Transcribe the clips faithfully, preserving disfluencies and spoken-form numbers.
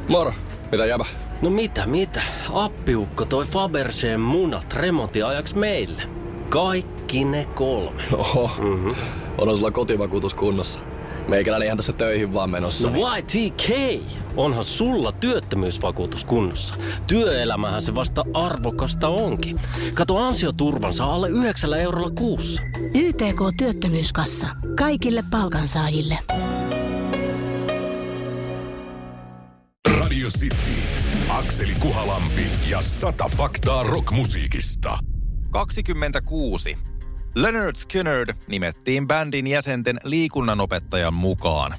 Moro, mitä jäbä? No mitä, mitä? Appiukko toi Faberseen munat remontiajaksi meille. Kaikki ne kolme. Oho, Mm-hmm. on sulla kotivakuutus kunnossa. Meikäläinen ihan tässä töihin vaan menossa. No Y T K, onhan sulla työttömyysvakuutus kunnossa. Työelämähän se vasta arvokasta onkin. Kato ansioturvansa alle yhdeksällä eurolla kuussa. Y T K-työttömyyskassa. Kaikille palkansaajille. Radio City, Akseli Kuhalampi ja sata faktaa rockmusiikista. kaksikymmentäkuusi. Lynyrd Skynyrd nimettiin bändin jäsenten liikunnanopettajan mukaan.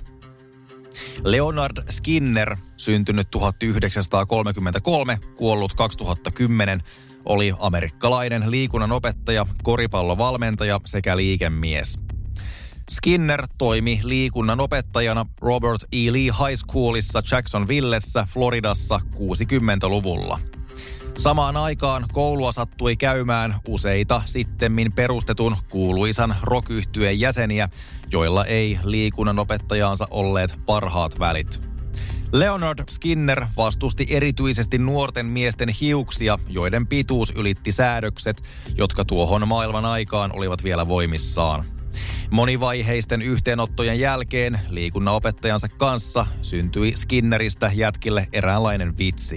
Leonard Skinner, syntynyt tuhatyhdeksänsataakolmekymmentäkolme, kuollut kaksituhattakymmenen, oli amerikkalainen liikunnanopettaja, koripallovalmentaja sekä liikemies. Skinner toimi liikunnanopettajana Robert E. Lee High Schoolissa Jacksonvillessä, Floridassa kuusikymmentäluvulla. Samaan aikaan koulua sattui käymään useita sittemmin perustetun kuuluisan rock-yhtyeen jäseniä, joilla ei liikunnanopettajaansa olleet parhaat välit. Leonard Skinner vastusti erityisesti nuorten miesten hiuksia, joiden pituus ylitti säädökset, jotka tuohon maailman aikaan olivat vielä voimissaan. Monivaiheisten yhteenottojen jälkeen liikunnanopettajansa kanssa syntyi Skinneristä jätkille eräänlainen vitsi.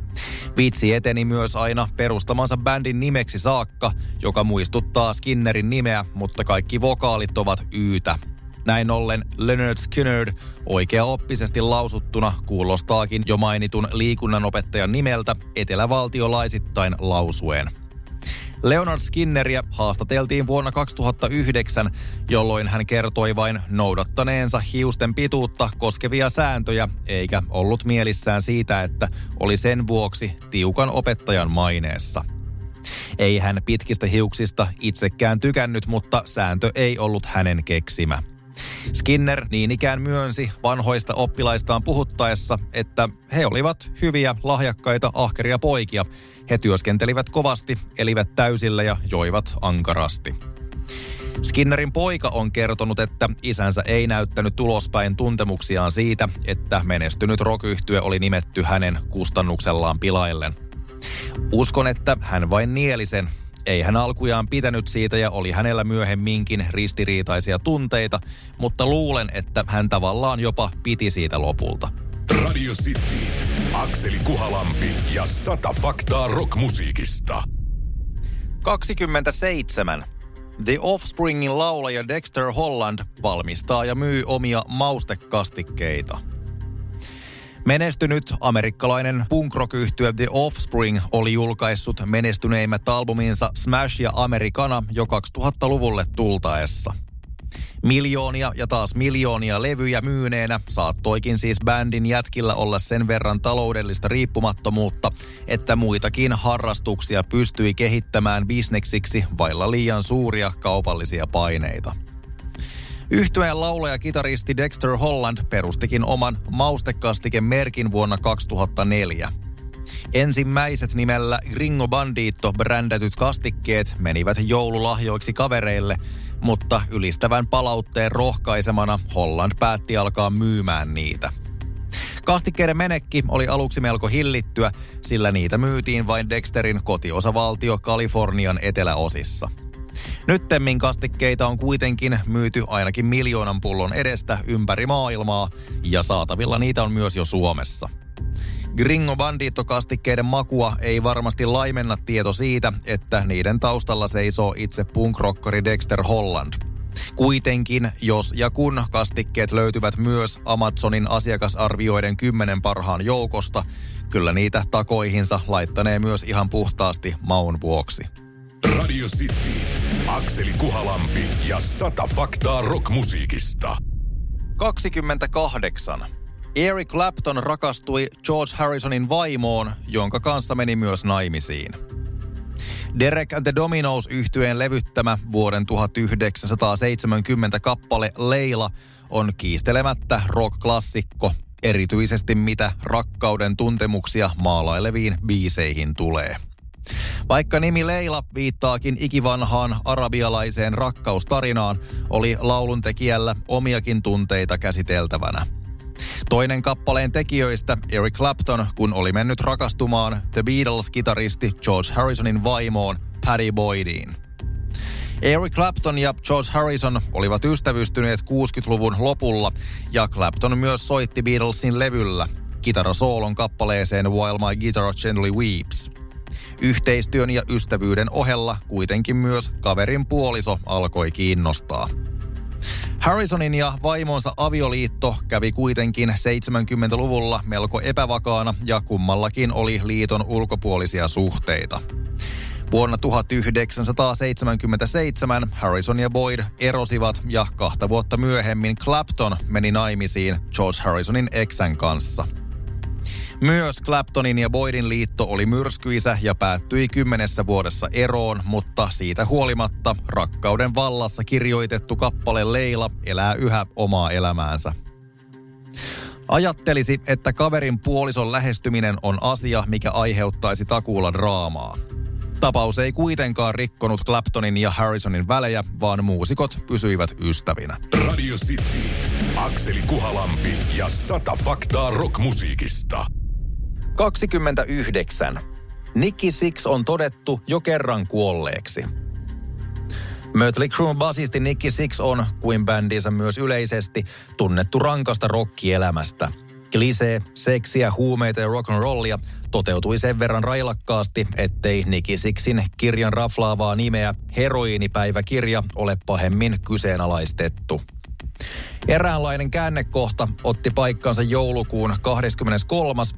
Vitsi eteni myös aina perustamansa bändin nimeksi saakka, joka muistuttaa Skinnerin nimeä, mutta kaikki vokaalit ovat Y:tä. Näin ollen Lynyrd Skynyrd oikeaoppisesti lausuttuna kuulostaakin jo mainitun liikunnanopettajan nimeltä etelävaltiolaisittain lausuen. Leonard Skinneria haastateltiin vuonna kaksituhattayhdeksän, jolloin hän kertoi vain noudattaneensa hiusten pituutta koskevia sääntöjä, eikä ollut mielissään siitä, että oli sen vuoksi tiukan opettajan maineessa. Ei hän pitkistä hiuksista itsekään tykännyt, mutta sääntö ei ollut hänen keksimä. Skinner niin ikään myönsi vanhoista oppilaistaan puhuttaessa, että he olivat hyviä, lahjakkaita, ahkeria poikia. He työskentelivät kovasti, elivät täysillä ja joivat ankarasti. Skinnerin poika on kertonut, että isänsä ei näyttänyt ulospäin tuntemuksiaan siitä, että menestynyt rock-yhtye oli nimetty hänen kustannuksellaan pilaillen. Uskon, että hän vain nieli sen. Ei hän alkujaan pitänyt siitä ja oli hänellä myöhemminkin ristiriitaisia tunteita, mutta luulen, että hän tavallaan jopa piti siitä lopulta. Radio City, Akseli Kuhalampi ja sata faktaa rockmusiikista. kaksikymmentäseitsemän. The Offspringin laulaja Dexter Holland valmistaa ja myy omia maustekastikkeita. Menestynyt amerikkalainen punk-rock-yhtye The Offspring oli julkaissut menestyneimmät albuminsa Smash ja Americana jo kaksituhattaluvulle tultaessa. Miljoonia ja taas miljoonia levyjä myyneenä saattoikin siis bändin jätkillä olla sen verran taloudellista riippumattomuutta, että muitakin harrastuksia pystyi kehittämään bisneksiksi vailla liian suuria kaupallisia paineita. Yhtyeen laulaja-kitaristi Dexter Holland perustikin oman maustekastikemerkin vuonna kaksituhattaneljä. Ensimmäiset nimellä Gringo Bandito brändätyt kastikkeet menivät joululahjoiksi kavereille, mutta ylistävän palautteen rohkaisemana Holland päätti alkaa myymään niitä. Kastikkeiden menekki oli aluksi melko hillittyä, sillä niitä myytiin vain Dexterin kotiosavaltio Kalifornian eteläosissa. Nyttemmin kastikkeita on kuitenkin myyty ainakin miljoonan pullon edestä ympäri maailmaa ja saatavilla niitä on myös jo Suomessa. Gringo Bandito-kastikkeiden makua ei varmasti laimenna tieto siitä, että niiden taustalla seisoo itse punk-rockari Dexter Holland. Kuitenkin, jos ja kun kastikkeet löytyvät myös Amazonin asiakasarvioiden kymmenen parhaan joukosta, kyllä niitä takoihinsa laittanee myös ihan puhtaasti maun vuoksi. Radio City, Akseli Kuhalampi ja sata faktaa rockmusiikista. kaksikymmentäkahdeksan. Eric Clapton rakastui George Harrisonin vaimoon, jonka kanssa meni myös naimisiin. Derek and the Dominos-yhtyeen levyttämä vuoden tuhatyhdeksänsataaseitsemänkymmentä kappale Leila on kiistelemättä rock-klassikko, erityisesti mitä rakkauden tuntemuksia maalaileviin biiseihin tulee. Vaikka nimi Leila viittaakin ikivanhaan arabialaiseen rakkaustarinaan, oli lauluntekijällä omiakin tunteita käsiteltävänä. Toinen kappaleen tekijöistä, Eric Clapton, kun oli mennyt rakastumaan The Beatles-kitaristi George Harrisonin vaimoon Pattie Boydiin. Eric Clapton ja George Harrison olivat ystävystyneet kuusikymmentäluvun lopulla ja Clapton myös soitti Beatlesin levyllä kitarasoolon kappaleeseen While My Guitar Gently Weeps. Yhteistyön ja ystävyyden ohella kuitenkin myös kaverin puoliso alkoi kiinnostaa. Harrisonin ja vaimonsa avioliitto kävi kuitenkin seitsemänkymmentäluvulla melko epävakaana ja kummallakin oli liiton ulkopuolisia suhteita. Vuonna tuhatyhdeksänsataaseitsemänkymmentäseitsemän Harrison ja Boyd erosivat ja kahta vuotta myöhemmin Clapton meni naimisiin George Harrisonin eksän kanssa. Myös Claptonin ja Boydin liitto oli myrskyisä ja päättyi kymmenessä vuodessa eroon, mutta siitä huolimatta rakkauden vallassa kirjoitettu kappale Leila elää yhä omaa elämäänsä. Ajattelisi, että kaverin puolison lähestyminen on asia, mikä aiheuttaisi takuulla draamaa. Tapaus ei kuitenkaan rikkonut Claptonin ja Harrisonin välejä, vaan muusikot pysyivät ystävinä. Radio City, Akseli Kuhalampi ja sata faktaa rockmusiikista. kaksikymmentäyhdeksän. Nikki Sixx on todettu jo kerran kuolleeksi. Mötley Crüen basisti Nikki Sixx on, kuin bändinsä myös yleisesti, tunnettu rankasta rockielämästä. Klisee, seksiä, huumeita ja rock'n'rollia toteutui sen verran railakkaasti, ettei Nikki Sixxin kirjan raflaavaa nimeä Heroiinipäiväkirja ole pahemmin kyseenalaistettu. Eräänlainen käännekohta otti paikkansa joulukuun kahdeskymmeneskolmas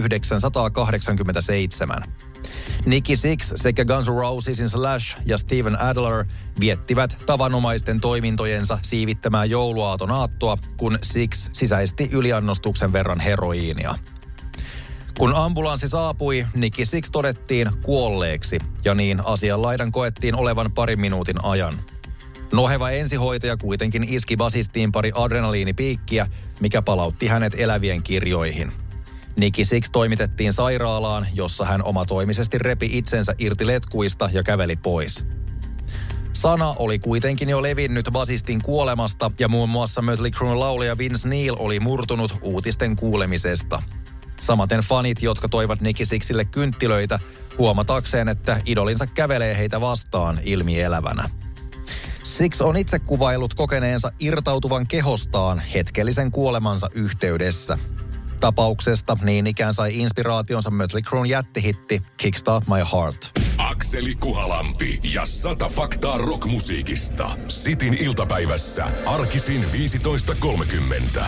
tuhatyhdeksänsataakahdeksankymmentäseitsemän. Nikki Sixx sekä Guns N' Rosesin Slash ja Steven Adler viettivät tavanomaisten toimintojensa siivittämää jouluaaton aattoa, kun Sixx sisäisti yliannostuksen verran heroiinia. Kun ambulanssi saapui, Nikki Sixx todettiin kuolleeksi, ja niin asianlaidan koettiin olevan parin minuutin ajan. Noheva ensihoitaja kuitenkin iski basistiin pari adrenaliinipiikkiä, mikä palautti hänet elävien kirjoihin. Nikki Sixx toimitettiin sairaalaan, jossa hän omatoimisesti repi itsensä irti letkuista ja käveli pois. Sana oli kuitenkin jo levinnyt basistin kuolemasta ja muun muassa Mötley Crüen laulaja Vince Neil oli murtunut uutisten kuulemisesta. Samaten fanit, jotka toivat Nikki Sixxille kynttilöitä, huomatakseen, että idolinsa kävelee heitä vastaan ilmielävänä. Sixx on itse kuvaillut kokeneensa irtautuvan kehostaan hetkellisen kuolemansa yhteydessä. Tapauksesta niin ikään sai inspiraationsa Mötley Crüen jättihitti Kickstart My Heart. Akseli Kuhalampi ja sata faktaa rockmusiikista. Sitin iltapäivässä arkisin viisitoista kolmekymmentä.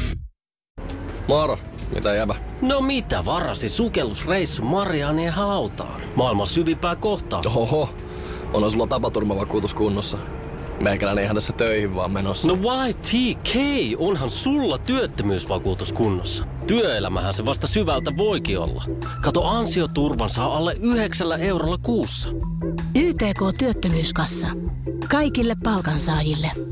Moro, mitä jäbä? No mitä, varasi sukellusreissu Marianien hautaan. Maailman syvimpää kohtaa. Oho, onhan sulla tapaturmavakuutus kunnossa. Meikäläinen ihan tässä töihin vaan menossa. No why T K? Onhan sulla työttömyysvakuutus kunnossa. Työelämähän se vasta syvältä voikin olla. Kato, ansioturvan saa alle yhdeksällä eurolla kuussa. Y T K-työttömyyskassa. Kaikille palkansaajille.